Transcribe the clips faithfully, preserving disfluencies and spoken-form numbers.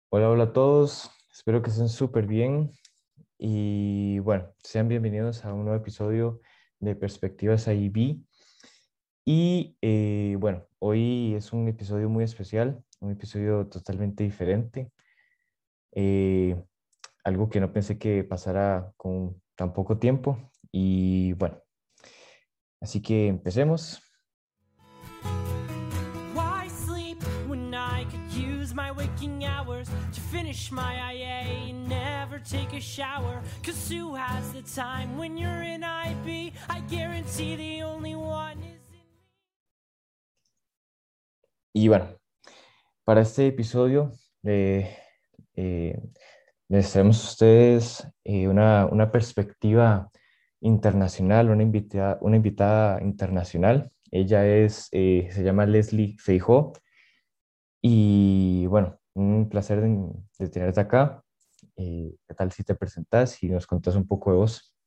Hola, hola a todos. Espero que estén súper bien. Y bueno, sean bienvenidos a un nuevo episodio de Perspectivas I B. Y eh, bueno, hoy es un episodio muy especial, un episodio totalmente diferente. eh, Algo que no pensé que pasara con tan poco tiempo. Y bueno, así que empecemos. Why sleep when I could use my waking hours to finish my I A and never take a shower? Cause who has the time when you're in I B? I guarantee the only one is in me. Y bueno, para este episodio eh, eh, les traemos a ustedes eh, una, una perspectiva internacional, una invitada, una invitada internacional. Ella es, eh, se llama Leslie Feijó. Y bueno, un placer de, de tenerte acá. Eh, ¿qué tal si te presentas y nos contás un poco de vos?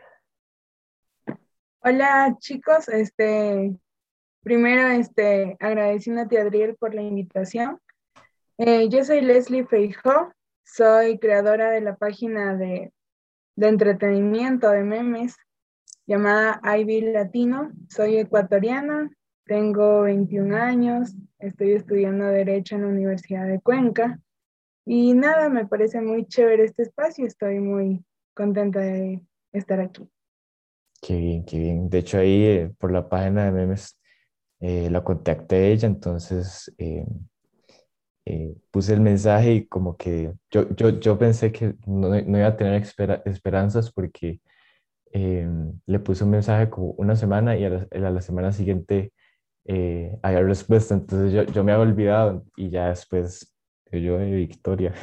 Hola chicos, este, primero este, agradeciéndote Adriel por la invitación. Eh, yo soy Leslie Feijó, soy creadora de la página de, de entretenimiento de memes llamada I B Latino. Soy ecuatoriana, tengo veintiún años, estoy estudiando Derecho en la Universidad de Cuenca y nada, me parece muy chévere este espacio, estoy muy contenta de estar aquí. Qué bien, qué bien. De hecho, ahí eh, por la página de memes eh, la contacté a ella, entonces eh, eh, puse el mensaje y como que yo, yo, yo pensé que no, no iba a tener espera- esperanzas porque eh, le puse un mensaje como una semana y a la, a la semana siguiente eh, había respuesta, entonces yo, yo me había olvidado y ya después yo de Victoria.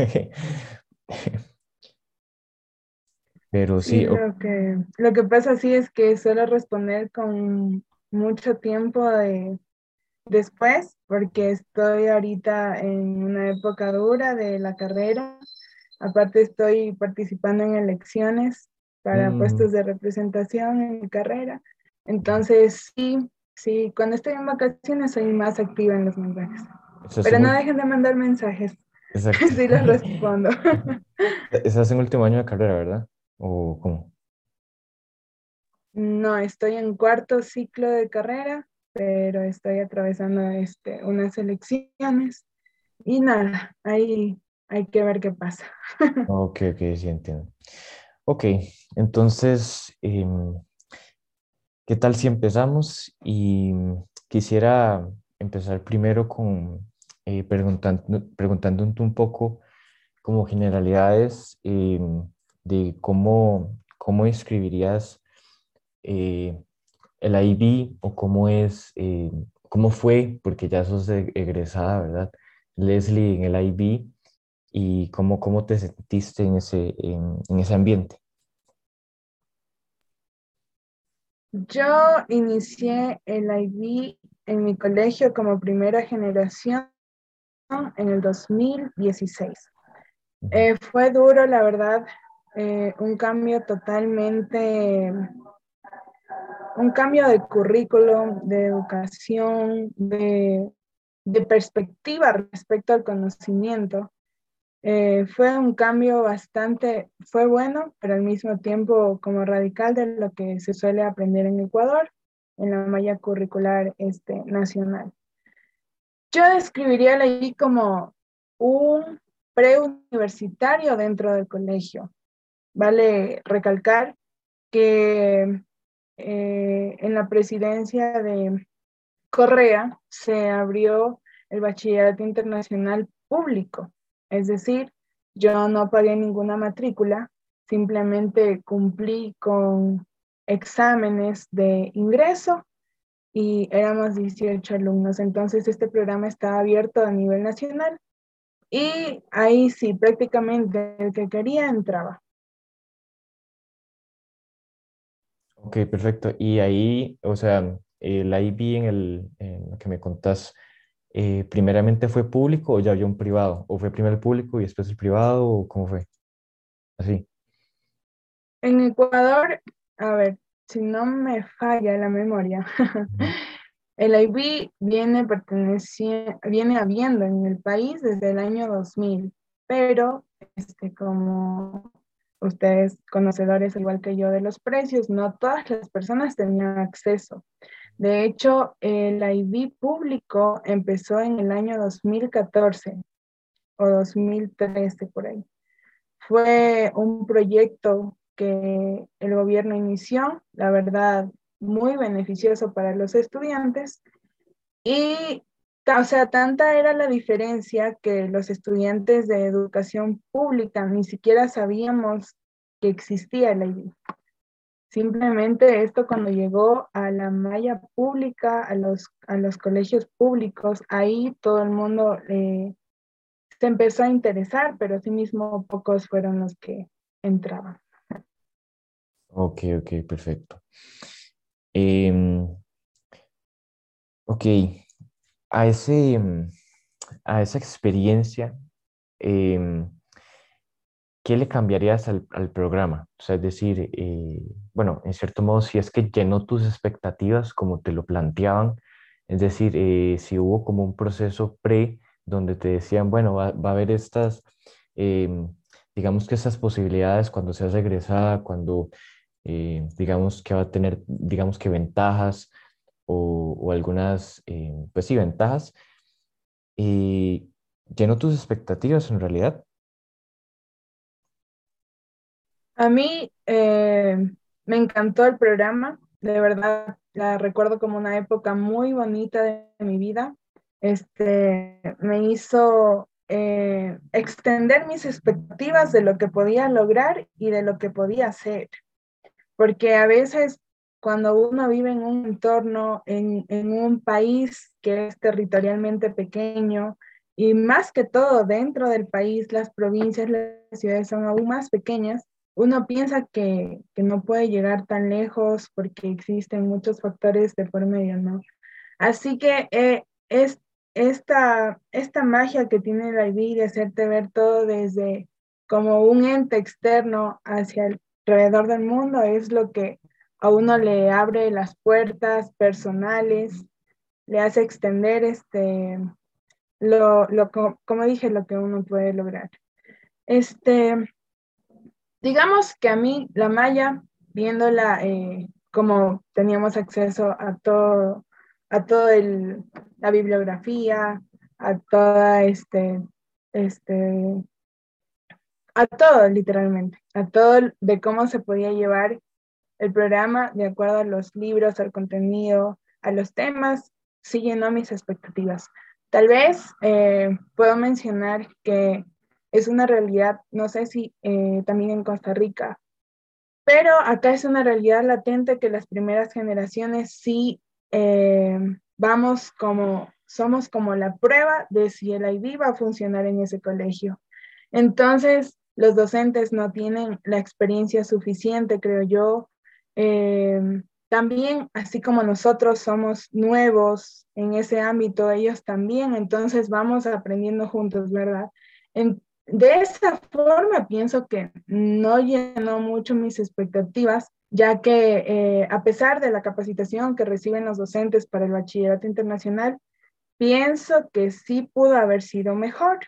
Pero Sí, sí, o- lo que, lo que pasa sí es que suelo responder con mucho tiempo de, después, porque estoy ahorita en una época dura de la carrera. Aparte estoy participando en elecciones para mm, puestos de representación en mi carrera. Entonces, sí, sí, cuando estoy en vacaciones soy más activa en los mensajes. estás Pero en, no ul- dejen de mandar mensajes, exacto. sí los respondo. Estás en último año de carrera, ¿verdad? ¿O cómo? No, estoy en cuarto ciclo de carrera, pero estoy atravesando este, unas elecciones y nada, ahí hay que ver qué pasa. Ok, ok, sí entiendo. Ok, entonces, em, ¿qué tal si empezamos? Y mm, quisiera empezar primero con eh, preguntando, preguntándote un poco como generalidades em, de cómo, cómo describirías eh, el I B o cómo es, eh, cómo fue, porque ya sos e- egresada, ¿verdad? Leslie en el I B y cómo, cómo te sentiste en ese, en, en ese ambiente. Yo inicié el I B en mi colegio como primera generación en el dos mil dieciséis. Ujú. Eh, fue duro, la verdad, eh, un cambio totalmente, un cambio de currículum, de educación, de, de perspectiva respecto al conocimiento. Eh, fue un cambio bastante, fue bueno, pero al mismo tiempo como radical de lo que se suele aprender en Ecuador, en la malla curricular este, nacional. Yo describiría la I como un preuniversitario dentro del colegio. Vale recalcar que eh, en la presidencia de Correa se abrió el bachillerato internacional público, es decir, yo no pagué ninguna matrícula, simplemente cumplí con exámenes de ingreso y éramos dieciocho alumnos, entonces este programa estaba abierto a nivel nacional y ahí sí, prácticamente el que quería entraba. Ok, perfecto. Y ahí, o sea, el I B en el en lo que me contás, eh, ¿primeramente fue público o ya había un privado? ¿O fue primero el público y después el privado? ¿O cómo fue? Así. En Ecuador, a ver, si no me falla la memoria, Ujú. el I B viene, perteneci- viene habiendo en el país desde el año dos mil. pero este, como ustedes conocedores igual que yo de los precios, no todas las personas tenían acceso. De hecho, el I B público empezó en el año dos mil catorce o dos mil trece por ahí. Fue un proyecto que el gobierno inició, la verdad, muy beneficioso para los estudiantes y, o sea, tanta era la diferencia que los estudiantes de educación pública ni siquiera sabíamos que existía el I B. Simplemente esto cuando llegó a la malla pública, a los, a los colegios públicos, ahí todo el mundo eh, se empezó a interesar, pero asimismo pocos fueron los que entraban. Ok, ok, perfecto. Em, ok, a ese, em, a esa experiencia, em, ¿qué le cambiarías al, al programa? O sea, es decir, eh, bueno, en cierto modo, si es que llenó tus expectativas como te lo planteaban, es decir, eh, si hubo como un proceso pre donde te decían, bueno, va, va a haber estas, em, digamos que estas posibilidades cuando seas egresada, cuando eh, digamos que va a tener, digamos que ventajas o, o algunas, eh, pues sí, ventajas, y llenó tus expectativas en realidad. A mí eh, me encantó el programa, de verdad la recuerdo como una época muy bonita de mi vida. Este, me hizo eh, extender mis expectativas de lo que podía lograr y de lo que podía hacer, porque a veces cuando uno vive en un entorno, en, en un país que es territorialmente pequeño, y más que todo dentro del país, las provincias, las ciudades son aún más pequeñas, uno piensa que, que no puede llegar tan lejos porque existen muchos factores de por medio, ¿no? Así que eh, es, esta, esta magia que tiene la I B de hacerte ver todo desde como un ente externo hacia el alrededor del mundo es lo que a uno le abre las puertas personales, le hace extender este, lo, lo, como dije, lo que uno puede lograr. Este, digamos que a mí la malla, viéndola eh, como teníamos acceso a todo, a todo el, la bibliografía, a toda este, este, a todo literalmente, a todo de cómo se podía llevar el programa de acuerdo a los libros, al contenido, a los temas, sí llenó mis expectativas. Tal vez eh, puedo mencionar que es una realidad, no sé si eh, también en Costa Rica, pero acá es una realidad latente que las primeras generaciones sí eh, vamos como, somos como la prueba de si el I B va a funcionar en ese colegio. Entonces, los docentes no tienen la experiencia suficiente, creo yo. Eh, también, así como nosotros somos nuevos en ese ámbito, ellos también, entonces vamos aprendiendo juntos, ¿verdad? En, de esa forma, pienso que no llenó mucho mis expectativas, ya que eh, a pesar de la capacitación que reciben los docentes para el bachillerato internacional, pienso que sí pudo haber sido mejor.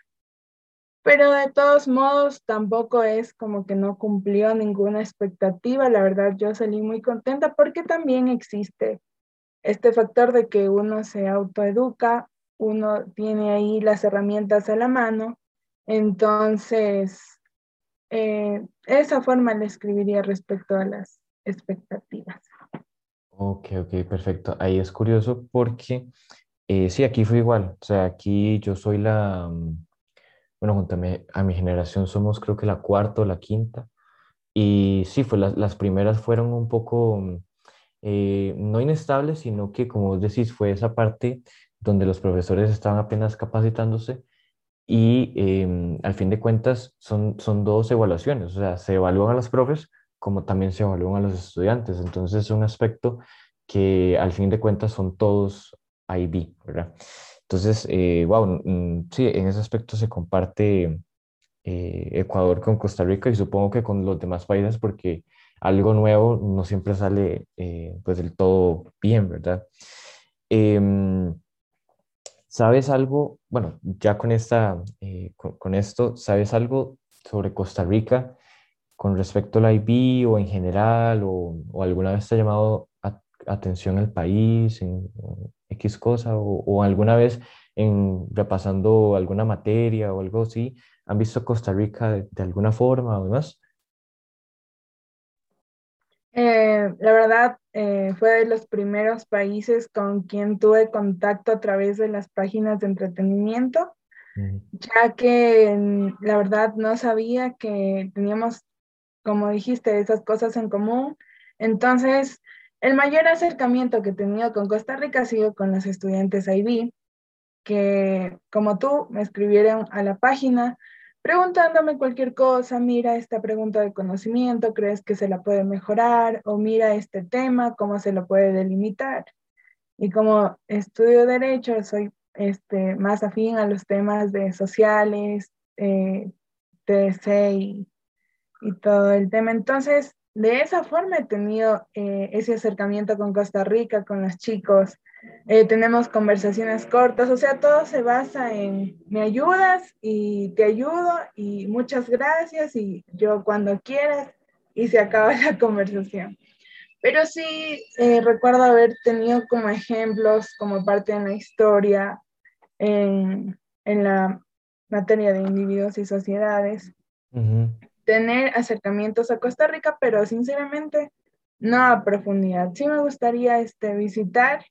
Pero de todos modos, tampoco es como que no cumplió ninguna expectativa. La verdad, yo salí muy contenta porque también existe este factor de que uno se autoeduca, uno tiene ahí las herramientas a la mano. Entonces, eh, esa forma le escribiría respecto a las expectativas. Ok, ok, perfecto. Ahí es curioso porque eh, sí, aquí fue igual. O sea, aquí yo soy la, mm, bueno, junto a mi, a mi generación somos creo que la cuarta o la quinta. Y sí, fue las, las primeras fueron un poco, mm, eh, no inestables, sino que, como vos decís, fue esa parte donde los profesores estaban apenas capacitándose y em, al fin de cuentas son, son dos evaluaciones, o sea, se evalúan a los profes como también se evalúan a los estudiantes. Entonces es un aspecto que al fin de cuentas son todos I B, ¿verdad? Entonces, eh, wow, mm, sí, en ese aspecto se comparte eh, Ecuador con Costa Rica y supongo que con los demás países porque algo nuevo no siempre sale eh, pues del todo bien, ¿verdad? Em, ¿Sabes algo? Bueno, ya con esta, eh, con, con esto, ¿sabes algo sobre Costa Rica con respecto al I B o en general o, o alguna vez te ha llamado a- atención el país en, en X cosa o, o alguna vez en repasando alguna materia o algo así, han visto Costa Rica de, de alguna forma o demás? Eh, la verdad, eh, fue de los primeros países con quien tuve contacto a través de las páginas de entretenimiento, Mm, ya que mm, la verdad no sabía que teníamos, como dijiste, esas cosas en común. Entonces, el mayor acercamiento que he tenido con Costa Rica ha sido con los estudiantes I B, que como tú me escribieron a la página preguntándome cualquier cosa: mira esta pregunta de conocimiento, ¿crees que se la puede mejorar? O mira este tema, ¿cómo se lo puede delimitar? Y como estudio derecho, soy este, más afín a los temas de sociales, eh, T D C y y todo el tema. Entonces, de esa forma he tenido eh, ese acercamiento con Costa Rica, con los chicos. Eh, tenemos conversaciones cortas, o sea, todo se basa en me ayudas y te ayudo y muchas gracias y yo cuando quieras, y se acaba la conversación. Pero sí, eh, recuerdo haber tenido como ejemplos, como parte de la historia, en, en la materia de individuos y sociedades, ujú. tener acercamientos a Costa Rica, pero sinceramente no a profundidad. Sí me gustaría este, visitar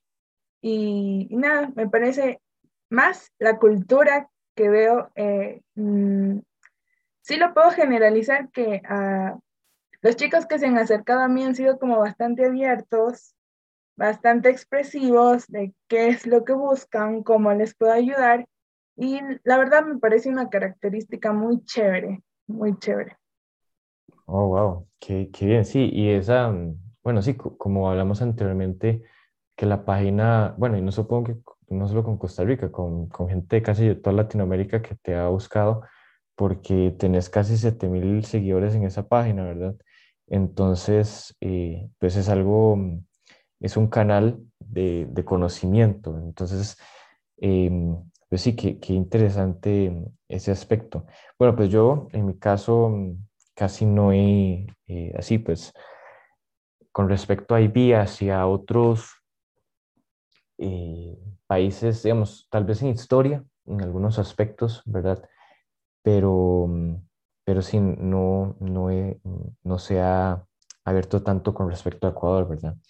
y, y nada, me parece más la cultura que veo. Eh, mm, sí lo puedo generalizar que a los chicos que se han acercado a mí han sido como bastante abiertos, bastante expresivos de qué es lo que buscan, cómo les puedo ayudar. Y la verdad me parece una característica muy chévere, muy chévere. Oh, wow, qué, qué bien, sí, y esa, mm, bueno, sí, co- como hablamos anteriormente, que la página, bueno, y no supongo que co- no solo con Costa Rica, con, con gente de casi de toda Latinoamérica que te ha buscado, porque tenés casi siete mil seguidores en esa página, ¿verdad? Entonces, eh, pues es algo, mm, es un canal de, de conocimiento, entonces, em, pues sí, qué, qué interesante mm, ese aspecto. Bueno, pues yo, en mi caso, mm, casi no he, eh, así pues, con respecto a I B hacia otros eh, países, digamos, tal vez en historia, en algunos aspectos, ¿verdad? Pero, mm, pero sí, no, no, he- no se ha abierto tanto con respecto a Ecuador, ¿verdad?